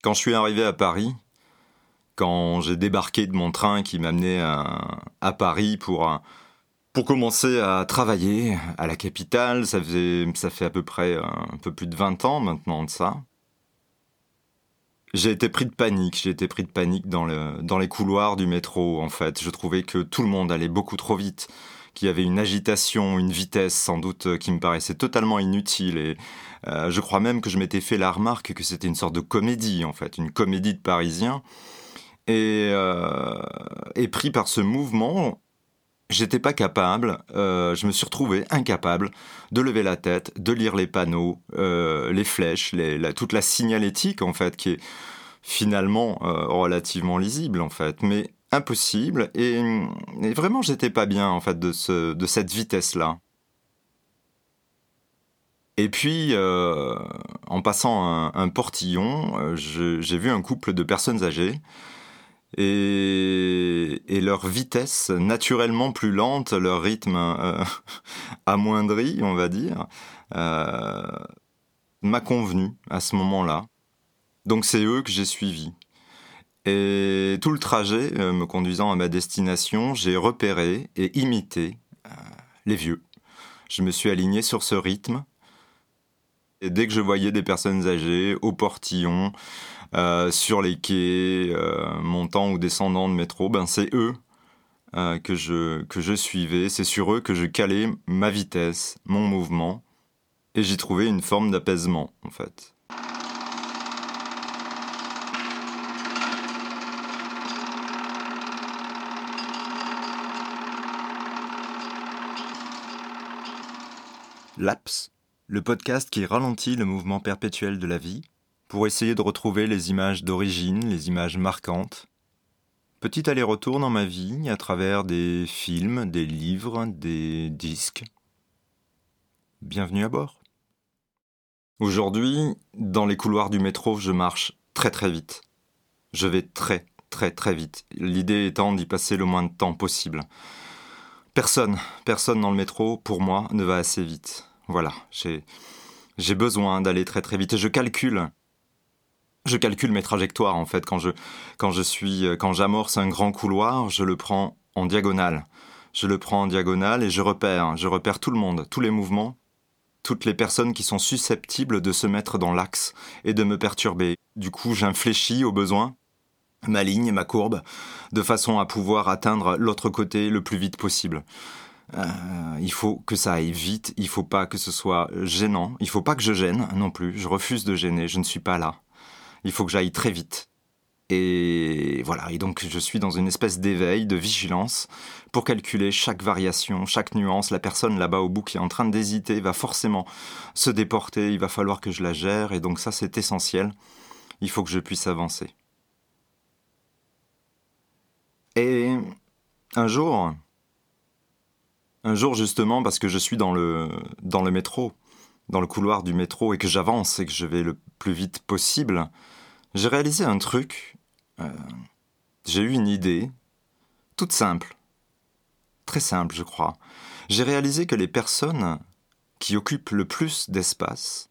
Quand je suis arrivé à Paris, quand j'ai débarqué de mon train qui m'amenait à Paris pour commencer à travailler à la capitale, ça fait à peu près un peu plus de 20 ans maintenant de ça. J'ai été pris de panique dans les couloirs du métro en fait. Je trouvais que tout le monde allait beaucoup trop vite, qu'il y avait une agitation, une vitesse sans doute qui me paraissait totalement inutile et je crois même que je m'étais fait la remarque que c'était une sorte de comédie en fait, une comédie de Parisiens. Et pris par ce mouvement, j'étais pas capable, je me suis retrouvé incapable de lever la tête, de lire les panneaux, les flèches, toute la signalétique en fait, qui est finalement relativement lisible en fait, mais impossible. Et vraiment, j'étais pas bien en fait de cette vitesse-là. Et puis, en passant un portillon, j'ai vu un couple de personnes âgées et leur vitesse naturellement plus lente, leur rythme amoindri, on va dire, euh, m'a convenu à ce moment-là. Donc c'est eux que j'ai suivis. Et tout le trajet me conduisant à ma destination, j'ai repéré et imité les vieux. Je me suis aligné sur ce rythme. Et dès que je voyais des personnes âgées au portillon, sur les quais, montant ou descendant de métro, ben c'est eux que je suivais, c'est sur eux que je calais ma vitesse, mon mouvement, et j'y trouvais une forme d'apaisement, en fait. Laps, le podcast qui ralentit le mouvement perpétuel de la vie, pour essayer de retrouver les images d'origine, les images marquantes. Petit aller-retour dans ma vie à travers des films, des livres, des disques. Bienvenue à bord. Aujourd'hui, dans les couloirs du métro, je marche très très vite. Je vais très très très vite. L'idée étant d'y passer le moins de temps possible. Personne dans le métro, pour moi, ne va assez vite. Voilà, j'ai besoin d'aller très très vite et je calcule mes trajectoires en fait quand j'amorce un grand couloir, je le prends en diagonale. Je le prends en diagonale et je repère tout le monde, tous les mouvements, toutes les personnes qui sont susceptibles de se mettre dans l'axe et de me perturber. Du coup, j'infléchis au besoin ma ligne, ma courbe, de façon à pouvoir atteindre l'autre côté le plus vite possible. Il faut que ça aille vite, il faut pas que ce soit gênant, il faut pas que je gêne non plus, je refuse de gêner, je ne suis pas là. Il faut que j'aille très vite. Et voilà, et donc je suis dans une espèce d'éveil, de vigilance, pour calculer chaque variation, chaque nuance. La personne là-bas au bout qui est en train d'hésiter va forcément se déporter, il va falloir que je la gère, et donc ça c'est essentiel. Il faut que je puisse avancer. Et un jour justement, parce que je suis dans le métro, dans le couloir du métro, et que j'avance et que je vais le plus vite possible, j'ai réalisé un truc, j'ai eu une idée, toute simple, très simple je crois. J'ai réalisé que les personnes qui occupent le plus d'espace,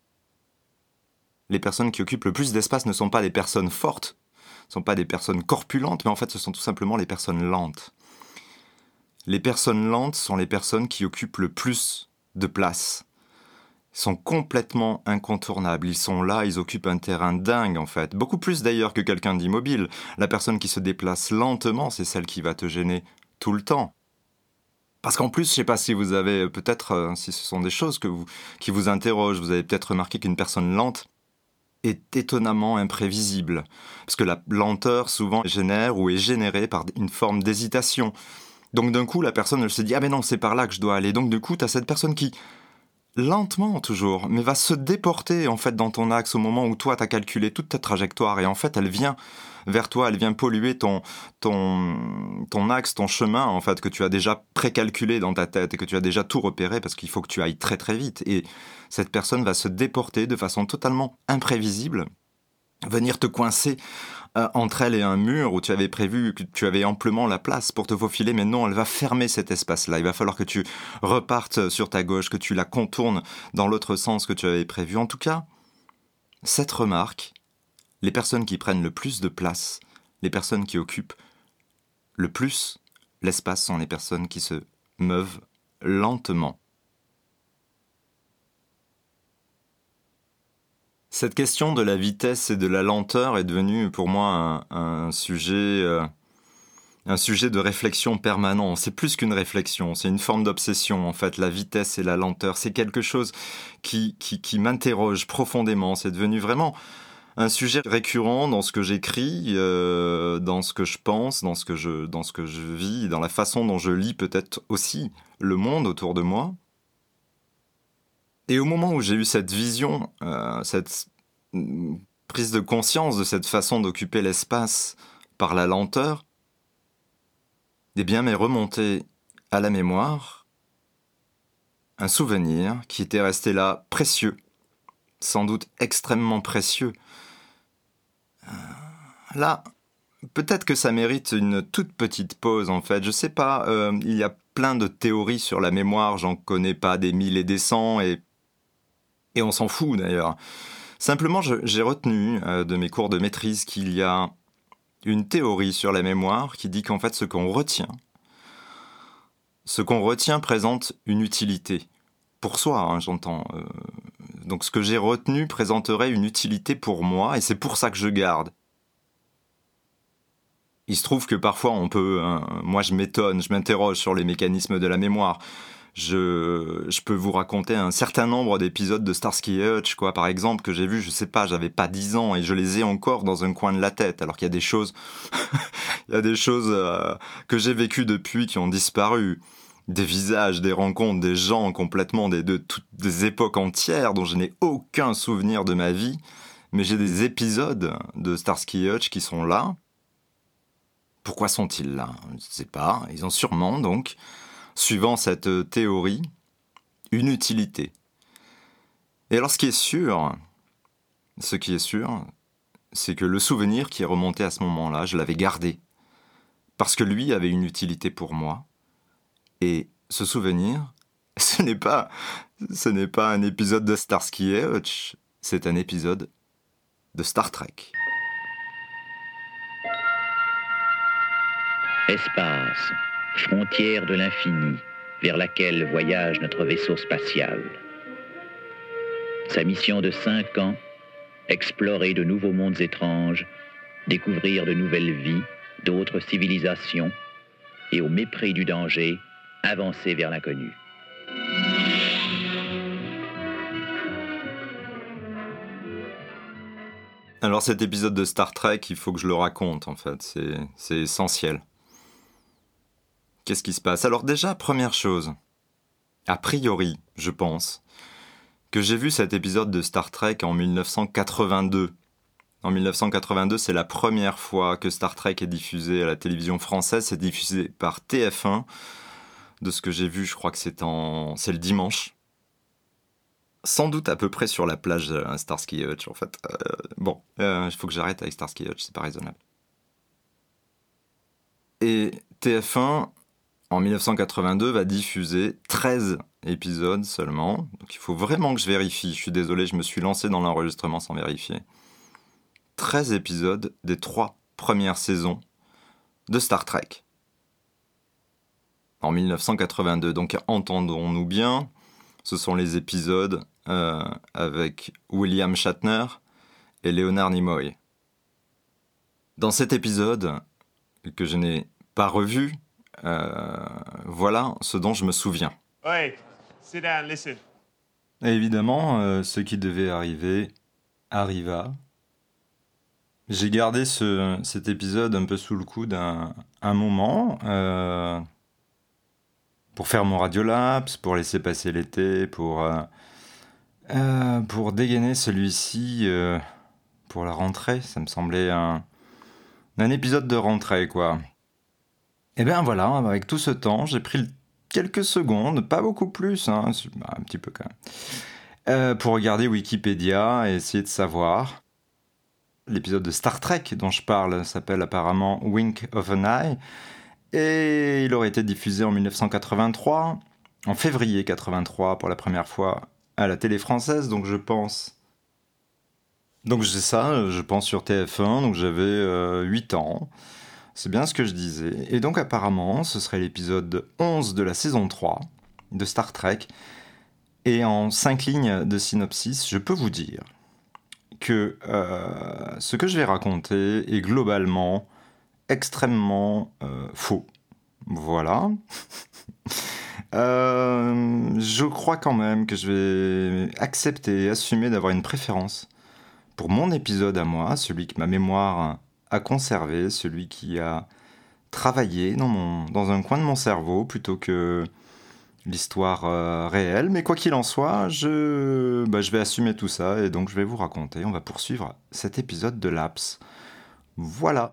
ne sont pas des personnes fortes, ne sont pas des personnes corpulentes, mais en fait ce sont tout simplement les personnes lentes. Les personnes lentes sont les personnes qui occupent le plus de place. Ils sont complètement incontournables. Ils sont là, ils occupent un terrain dingue en fait. Beaucoup plus d'ailleurs que quelqu'un d'immobile. La personne qui se déplace lentement, c'est celle qui va te gêner tout le temps. Parce qu'en plus, je ne sais pas si vous avez peut-être, si ce sont des choses qui vous interrogent, vous avez peut-être remarqué qu'une personne lente est étonnamment imprévisible. Parce que la lenteur souvent génère ou est générée par une forme d'hésitation. Donc d'un coup, la personne elle se dit « Ah mais non, c'est par là que je dois aller ». Donc du coup, tu as cette personne qui, lentement toujours, mais va se déporter en fait dans ton axe au moment où toi, tu as calculé toute ta trajectoire. Et en fait, elle vient vers toi, elle vient polluer ton axe, ton chemin en fait, que tu as déjà précalculé dans ta tête et que tu as déjà tout repéré parce qu'il faut que tu ailles très très vite. Et cette personne va se déporter de façon totalement imprévisible, venir te coincer entre elle et un mur où tu avais prévu que tu avais amplement la place pour te faufiler, mais non, elle va fermer cet espace-là. Il va falloir que tu repartes sur ta gauche, que tu la contournes dans l'autre sens que tu avais prévu. En tout cas, cette remarque les personnes qui prennent le plus de place, les personnes qui occupent le plus l'espace sont les personnes qui se meuvent lentement. Cette question de la vitesse et de la lenteur est devenue pour moi un sujet de réflexion permanent. C'est plus qu'une réflexion, c'est une forme d'obsession en fait. La vitesse et la lenteur, c'est quelque chose qui m'interroge profondément. C'est devenu vraiment un sujet récurrent dans ce que j'écris, dans ce que je pense, dans ce que je vis, dans la façon dont je lis peut-être aussi le monde autour de moi. Et au moment où j'ai eu cette vision, cette prise de conscience de cette façon d'occuper l'espace par la lenteur, eh bien m'est remonté à la mémoire un souvenir qui était resté là précieux, sans doute extrêmement précieux. Là, peut-être que ça mérite une toute petite pause en fait, je sais pas, il y a plein de théories sur la mémoire, j'en connais pas des 1000 et des 100 et on s'en fout d'ailleurs. Simplement, j'ai retenu de mes cours de maîtrise qu'il y a une théorie sur la mémoire qui dit qu'en fait ce qu'on retient présente une utilité. Pour soi, hein, j'entends. Donc ce que j'ai retenu présenterait une utilité pour moi et c'est pour ça que je garde. Il se trouve que parfois on peut... moi je m'étonne, je m'interroge sur les mécanismes de la mémoire. Je peux vous raconter un certain nombre d'épisodes de Starsky et Hutch, quoi, par exemple, que j'ai vu, je sais pas, j'avais pas 10 ans et je les ai encore dans un coin de la tête, alors qu'il y a des choses, que j'ai vécues depuis qui ont disparu. Des visages, des rencontres, des gens complètement des époques entières dont je n'ai aucun souvenir de ma vie, mais j'ai des épisodes de Starsky et Hutch qui sont là. Pourquoi sont-ils là ? Je ne sais pas, ils ont sûrement donc... suivant cette théorie, une utilité. Et alors ce qui est sûr, c'est que le souvenir qui est remonté à ce moment-là, je l'avais gardé, parce que lui avait une utilité pour moi. Et ce souvenir, ce n'est pas un épisode de Starsky et Hutch, c'est un épisode de Star Trek. Espace, frontière de l'infini, vers laquelle voyage notre vaisseau spatial. Sa mission de 5 ans, explorer de nouveaux mondes étranges, découvrir de nouvelles vies, d'autres civilisations, et au mépris du danger, avancer vers l'inconnu. Alors cet épisode de Star Trek, il faut que je le raconte en fait, c'est essentiel. Qu'est-ce qui se passe ? Alors déjà, première chose, a priori, je pense, que j'ai vu cet épisode de Star Trek en 1982. En 1982, c'est la première fois que Star Trek est diffusé à la télévision française. C'est diffusé par TF1. De ce que j'ai vu, je crois que c'est le dimanche. Sans doute à peu près sur la plage de Starsky et Hutch, en fait. Il faut que j'arrête avec Starsky et Hutch, c'est pas raisonnable. Et TF1... en 1982, va diffuser 13 épisodes seulement. Donc il faut vraiment que je vérifie. Je suis désolé, je me suis lancé dans l'enregistrement sans vérifier. 13 épisodes des 3 premières saisons de Star Trek. En 1982. Donc entendons-nous bien, ce sont les épisodes avec William Shatner et Leonard Nimoy. Dans cet épisode, que je n'ai pas revu, voilà ce dont je me souviens. Hey, sit down, listen. Et évidemment, ce qui devait arriver arriva. J'ai gardé cet épisode un peu sous le coude un moment pour faire mon Radiolapse, pour laisser passer l'été, pour dégainer celui-ci pour la rentrée. Ça me semblait un épisode de rentrée, quoi. Et bien voilà, avec tout ce temps, j'ai pris quelques secondes, pas beaucoup plus, hein, un petit peu quand même, pour regarder Wikipédia et essayer de savoir. L'épisode de Star Trek dont je parle s'appelle apparemment Wink of an Eye, et il aurait été diffusé en 1983, en février 83 pour la première fois à la télé française, donc je pense Donc j'ai ça, je pense sur TF1, donc j'avais 8 ans. C'est bien ce que je disais. Et donc apparemment, ce serait l'épisode 11 de la saison 3 de Star Trek. Et en 5 lignes de synopsis, je peux vous dire que ce que je vais raconter est globalement extrêmement faux. Voilà. Je crois quand même que je vais accepter et assumer d'avoir une préférence pour mon épisode à moi, celui que ma mémoire a conservé, celui qui a travaillé dans un coin de mon cerveau plutôt que l'histoire réelle. Mais quoi qu'il en soit, je vais assumer tout ça et donc je vais vous raconter. On va poursuivre cet épisode de Laps. Voilà.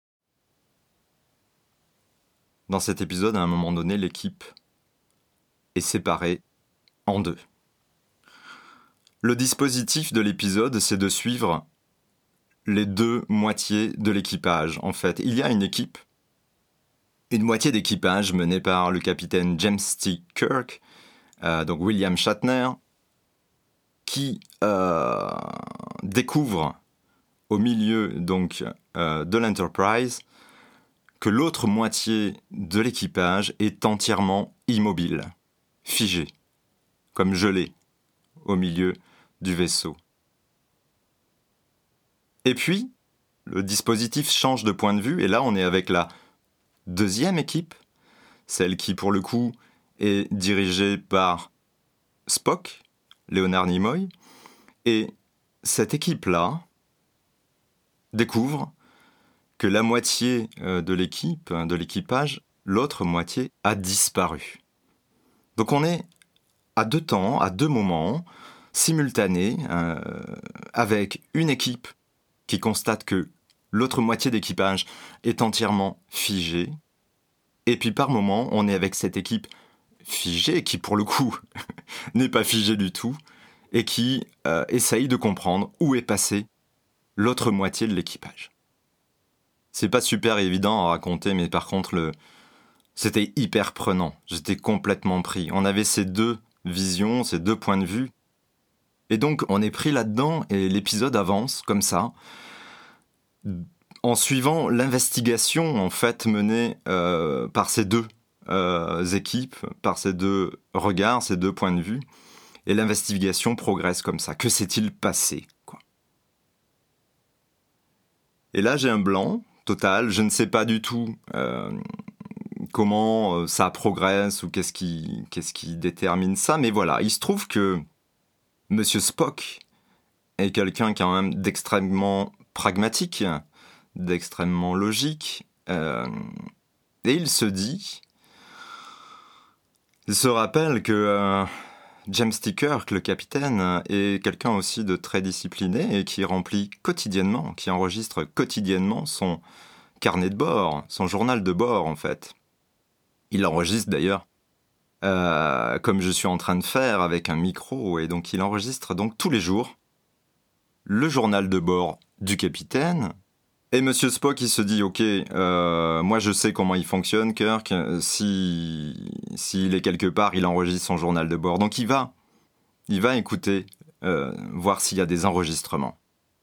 Dans cet épisode, à un moment donné, l'équipe est séparée en deux. Le dispositif de l'épisode, c'est de suivre les deux moitiés de l'équipage. En fait, il y a une équipe, une moitié d'équipage menée par le capitaine James T. Kirk, donc William Shatner, qui découvre au milieu donc de l'Enterprise que l'autre moitié de l'équipage est entièrement immobile, figé, comme gelé, au milieu du vaisseau. Et puis, le dispositif change de point de vue, et là on est avec la deuxième équipe, celle qui pour le coup est dirigée par Spock, Leonard Nimoy, et cette équipe-là découvre que la moitié de l'équipe, de l'équipage, l'autre moitié a disparu. Donc on est à deux temps, à deux moments, simultanés, avec une équipe qui constate que l'autre moitié d'équipage est entièrement figée, et puis par moment, on est avec cette équipe figée, qui pour le coup n'est pas figée du tout, et qui essaye de comprendre où est passée l'autre moitié de l'équipage. C'est pas super évident à raconter, mais par contre, c'était hyper prenant. J'étais complètement pris. On avait ces deux visions, ces deux points de vue. Et donc, on est pris là-dedans et l'épisode avance comme ça, en suivant l'investigation, en fait, menée par ces deux équipes, par ces deux regards, ces deux points de vue. Et l'investigation progresse comme ça. Que s'est-il passé, quoi ? Et là, j'ai un blanc total. Je ne sais pas du tout comment ça progresse ou qu'est-ce qui détermine ça. Mais voilà, il se trouve que Monsieur Spock est quelqu'un quand même d'extrêmement pragmatique, d'extrêmement logique. Et il se rappelle que James T. Kirk, le capitaine, est quelqu'un aussi de très discipliné et qui remplit quotidiennement, qui enregistre quotidiennement son carnet de bord, son journal de bord en fait. Il enregistre d'ailleurs comme je suis en train de faire avec un micro, et donc il enregistre donc tous les jours le journal de bord du capitaine. Et Monsieur Spock, il se dit, ok, moi je sais comment il fonctionne, Kirk, s'il est quelque part, il enregistre son journal de bord. Donc il va écouter, voir s'il y a des enregistrements.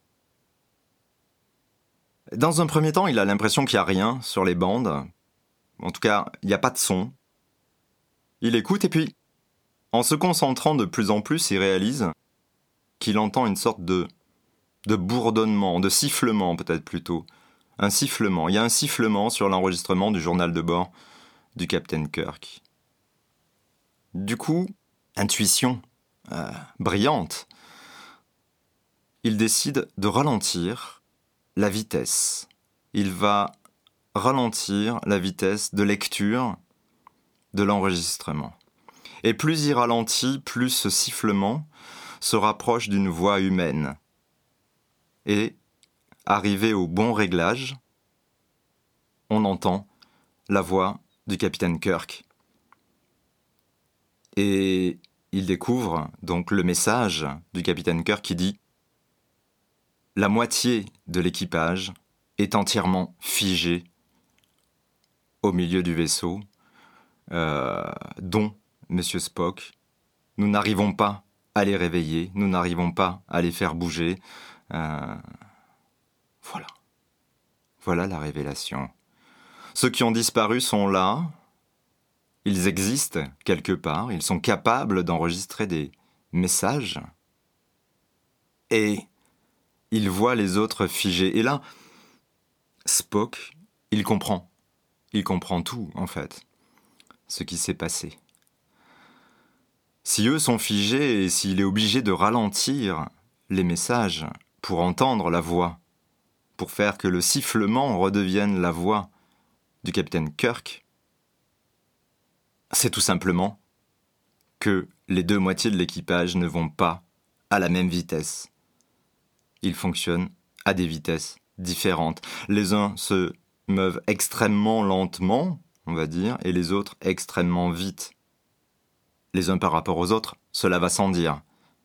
Dans un premier temps, il a l'impression qu'il n'y a rien sur les bandes. En tout cas, il n'y a pas de son. Il écoute et puis, en se concentrant de plus en plus, il réalise qu'il entend une sorte de bourdonnement, de sifflement peut-être plutôt. Un sifflement. Il y a un sifflement sur l'enregistrement du journal de bord du Captain Kirk. Du coup, intuition brillante, il décide de ralentir la vitesse. Il va ralentir la vitesse de lecture de l'enregistrement. Et plus il ralentit, plus ce sifflement se rapproche d'une voix humaine. Et, arrivé au bon réglage, on entend la voix du capitaine Kirk. Et il découvre donc le message du capitaine Kirk qui dit « La moitié de l'équipage est entièrement figée au milieu du vaisseau, dont Monsieur Spock. Nous n'arrivons pas à les réveiller, nous n'arrivons pas à les faire bouger. Voilà. Voilà la révélation. Ceux qui ont disparu sont là. Ils existent quelque part. Ils sont capables d'enregistrer des messages. Et ils voient les autres figés. Et là, Spock, il comprend. Il comprend tout, en fait, ce qui s'est passé. Si eux sont figés et s'il est obligé de ralentir les messages pour entendre la voix, pour faire que le sifflement redevienne la voix du capitaine Kirk, c'est tout simplement que les deux moitiés de l'équipage ne vont pas à la même vitesse. Ils fonctionnent à des vitesses différentes. Les uns se meuvent extrêmement lentement, on va dire, et les autres extrêmement vite. Les uns par rapport aux autres, cela va sans dire.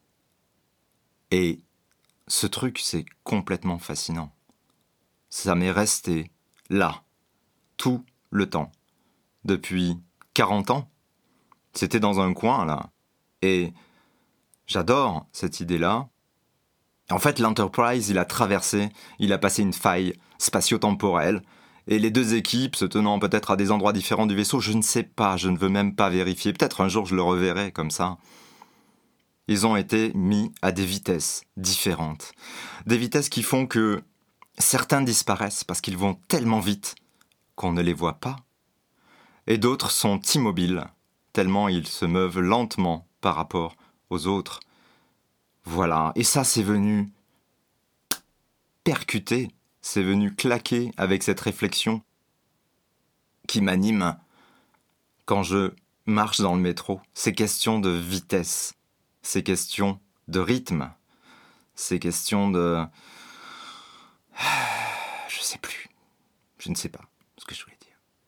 Et ce truc, c'est complètement fascinant. Ça m'est resté là, tout le temps. Depuis 40 ans. C'était dans un coin, là. Et j'adore cette idée-là. En fait, l'Enterprise, il a traversé, il a passé une faille spatio-temporelle, et les deux équipes, se tenant peut-être à des endroits différents du vaisseau, je ne sais pas, je ne veux même pas vérifier, peut-être un jour je le reverrai comme ça. Ils ont été mis à des vitesses différentes. Des vitesses qui font que certains disparaissent parce qu'ils vont tellement vite qu'on ne les voit pas, et d'autres sont immobiles, tellement ils se meuvent lentement par rapport aux autres. Voilà, et ça c'est venu percuter, c'est venu claquer avec cette réflexion qui m'anime quand je marche dans le métro. Ces questions de vitesse, ces questions de rythme, ces questions de... Je sais plus, je ne sais pas ce que je voulais dire.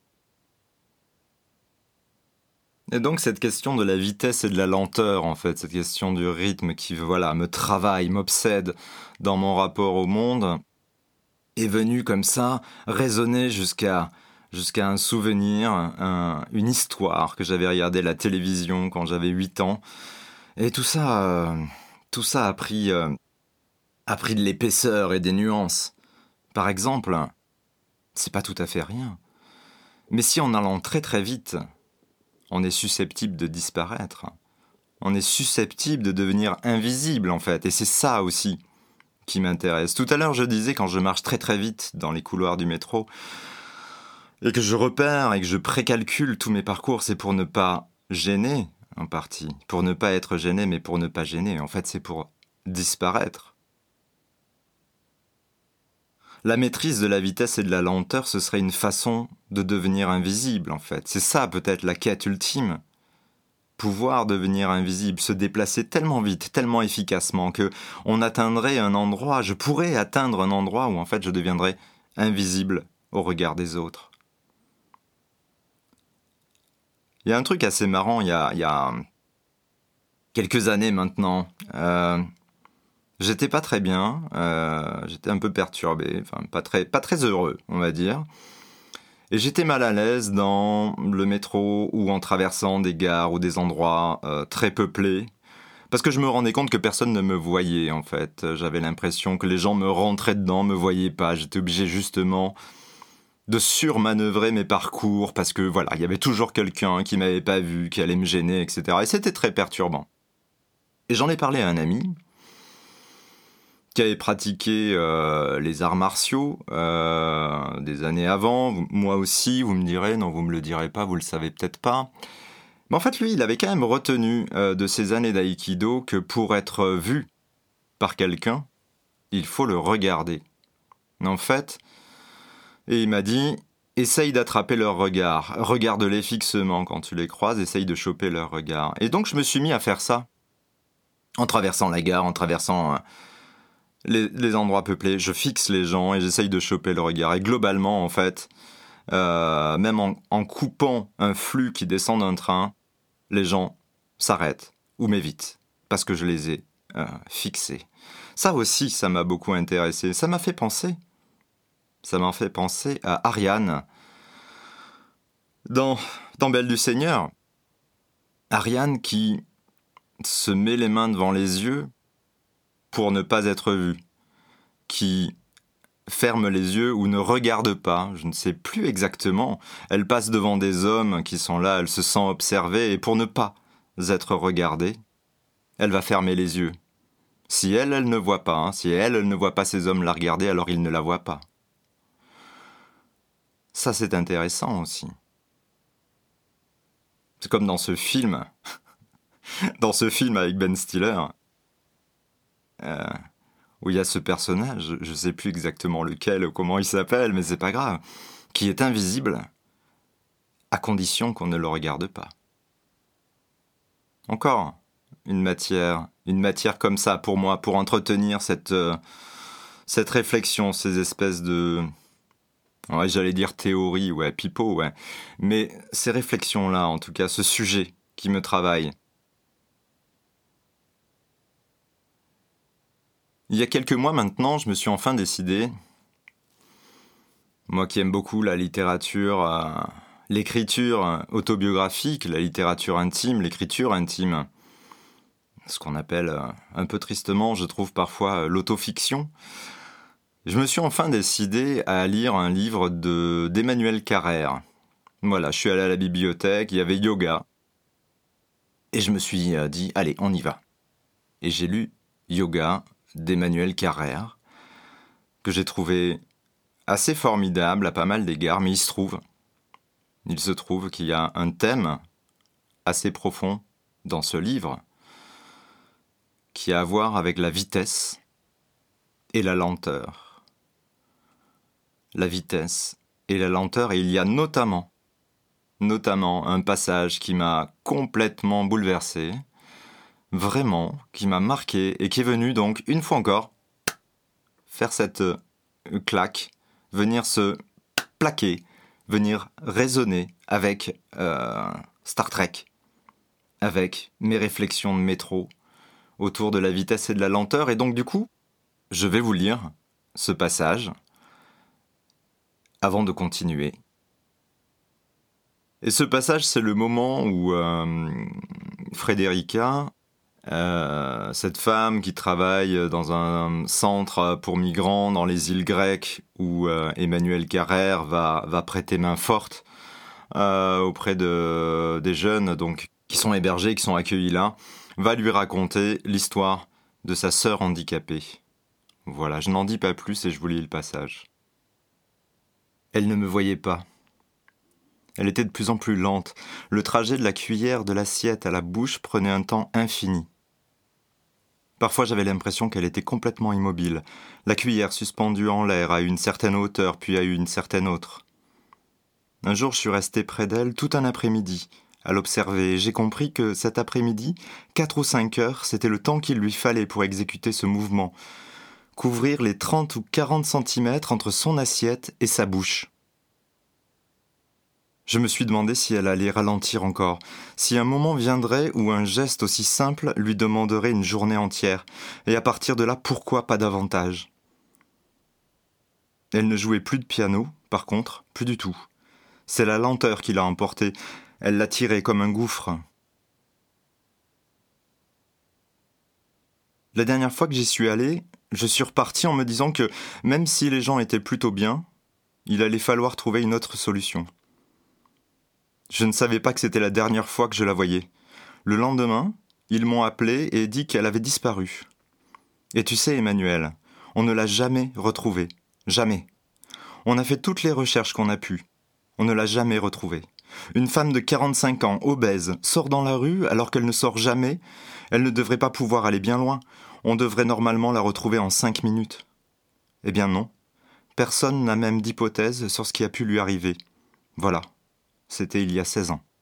Et donc cette question de la vitesse et de la lenteur, en fait, cette question du rythme qui, voilà, me travaille, m'obsède dans mon rapport au monde, est venue comme ça résonner jusqu'à un souvenir, une histoire que j'avais regardé à la télévision quand j'avais 8 ans. Et tout ça a pris de l'épaisseur et des nuances. Par exemple, c'est pas tout à fait rien. Mais si en allant très très vite, on est susceptible de disparaître. On est susceptible de devenir invisible, en fait. Et c'est ça aussi qui m'intéresse. Tout à l'heure, je disais, quand je marche très très vite dans les couloirs du métro, et que je repère et que je précalcule tous mes parcours, c'est pour ne pas gêner, en partie. Pour ne pas être gêné, mais pour ne pas gêner. En fait, c'est pour disparaître. La maîtrise de la vitesse et de la lenteur, ce serait une façon de devenir invisible, en fait. C'est ça, peut-être, la quête ultime. Pouvoir devenir invisible, se déplacer tellement vite, tellement efficacement, que on atteindrait un endroit, je pourrais atteindre un endroit où, en fait, je deviendrais invisible au regard des autres. Il y a un truc assez marrant, il y a quelques années maintenant, j'étais pas très bien, j'étais un peu perturbé, enfin pas très heureux, on va dire. Et j'étais mal à l'aise dans le métro ou en traversant des gares ou des endroits très peuplés. Parce que je me rendais compte que personne ne me voyait, en fait. J'avais l'impression que les gens me rentraient dedans, me voyaient pas. J'étais obligé justement de surmanœuvrer mes parcours parce que voilà, il y avait toujours quelqu'un qui m'avait pas vu, qui allait me gêner, etc. Et c'était très perturbant. Et j'en ai parlé à un ami qui avait pratiqué les arts martiaux des années avant. Moi aussi, vous me direz, non, vous me le direz pas, vous le savez peut-être pas. Mais en fait, lui, il avait quand même retenu de ses années d'aïkido que pour être vu par quelqu'un, il faut le regarder. En fait, et il m'a dit, essaye d'attraper leur regard, regarde-les fixement quand tu les croises, essaye de choper leur regard. Et donc, je me suis mis à faire ça, en traversant la gare, en traversant les endroits peuplés, je fixe les gens et j'essaye de choper le regard. Et globalement, en fait, même en coupant un flux qui descend d'un train, les gens s'arrêtent ou m'évitent parce que je les ai fixés. Ça aussi, ça m'a beaucoup intéressé. Ça m'a fait penser à Ariane dans Belle du Seigneur. Ariane qui se met les mains devant les yeux pour ne pas être vue. qui ferme les yeux ou ne regarde pas, je ne sais plus exactement. Elle passe devant des hommes qui sont là, elle se sent observée, et pour ne pas être regardée, elle va fermer les yeux. Si elle ne voit pas, si elle ne voit pas ces hommes la regarder, alors ils ne la voient pas. Ça, c'est intéressant aussi. C'est comme dans ce film, avec Ben Stiller, où il y a ce personnage, je ne sais plus exactement lequel ou comment il s'appelle, mais c'est pas grave, qui est invisible, à condition qu'on ne le regarde pas. Encore une matière comme ça pour moi, pour entretenir cette réflexion, ces espèces de... Ouais, j'allais dire théorie, pipeau, ouais. Mais ces réflexions-là, en tout cas, ce sujet qui me travaille. Il y a quelques mois maintenant, je me suis enfin décidé, moi qui aime beaucoup la littérature, l'écriture autobiographique, la littérature intime, l'écriture intime, ce qu'on appelle un peu tristement, je trouve parfois l'autofiction. Je me suis enfin décidé à lire un livre d'Emmanuel Carrère. Voilà, je suis allé à la bibliothèque, il y avait yoga. Et je me suis dit, allez, on y va. Et j'ai lu Yoga d'Emmanuel Carrère, que j'ai trouvé assez formidable à pas mal d'égards, mais il se trouve qu'il y a un thème assez profond dans ce livre, qui a à voir avec la vitesse et la lenteur. La vitesse et la lenteur, et il y a notamment un passage qui m'a complètement bouleversé, vraiment, qui m'a marqué, et qui est venu donc, une fois encore, faire cette claque, venir se plaquer, venir résonner avec Star Trek, avec mes réflexions de métro autour de la vitesse et de la lenteur, et donc du coup, je vais vous lire ce passage avant de continuer. Et ce passage, c'est le moment où Frédérica, cette femme qui travaille dans un centre pour migrants dans les îles grecques, où Emmanuel Carrère va prêter main forte auprès des jeunes donc, qui sont hébergés, qui sont accueillis là, va lui raconter l'histoire de sa sœur handicapée. Voilà, je n'en dis pas plus et je vous lis le passage. Elle ne me voyait pas. Elle était de plus en plus lente. Le trajet de la cuillère de l'assiette à la bouche prenait un temps infini. Parfois j'avais l'impression qu'elle était complètement immobile, la cuillère suspendue en l'air à une certaine hauteur puis à une certaine autre. Un jour je suis resté près d'elle tout un après-midi, à l'observer, et j'ai compris que cet après-midi, 4 ou 5 heures, c'était le temps qu'il lui fallait pour exécuter ce mouvement, couvrir les 30 ou 40 centimètres entre son assiette et sa bouche. Je me suis demandé si elle allait ralentir encore, si un moment viendrait où un geste aussi simple lui demanderait une journée entière, et à partir de là, pourquoi pas davantage ? Elle ne jouait plus de piano, par contre, plus du tout. C'est la lenteur qui l'a emportée, elle l'a tirée comme un gouffre. La dernière fois que j'y suis allé, je suis reparti en me disant que, même si les gens étaient plutôt bien, il allait falloir trouver une autre solution. Je ne savais pas que c'était la dernière fois que je la voyais. Le lendemain, ils m'ont appelé et dit qu'elle avait disparu. Et tu sais, Emmanuel, on ne l'a jamais retrouvée. Jamais. On a fait toutes les recherches qu'on a pu. On ne l'a jamais retrouvée. Une femme de 45 ans, obèse, sort dans la rue alors qu'elle ne sort jamais. Elle ne devrait pas pouvoir aller bien loin. On devrait normalement la retrouver en 5 minutes. Eh bien non. Personne n'a même d'hypothèse sur ce qui a pu lui arriver. Voilà. C'était il y a 16 ans.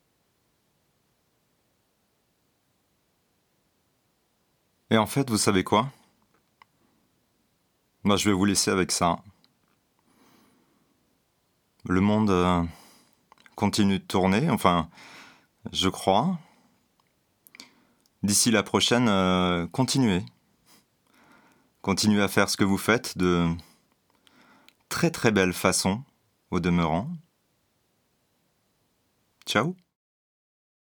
Et en fait, vous savez quoi ? Moi, je vais vous laisser avec ça. Le monde continue de tourner, enfin, je crois. D'ici la prochaine, continuez. Continuez à faire ce que vous faites de très très belle façon, au demeurant. Ciao.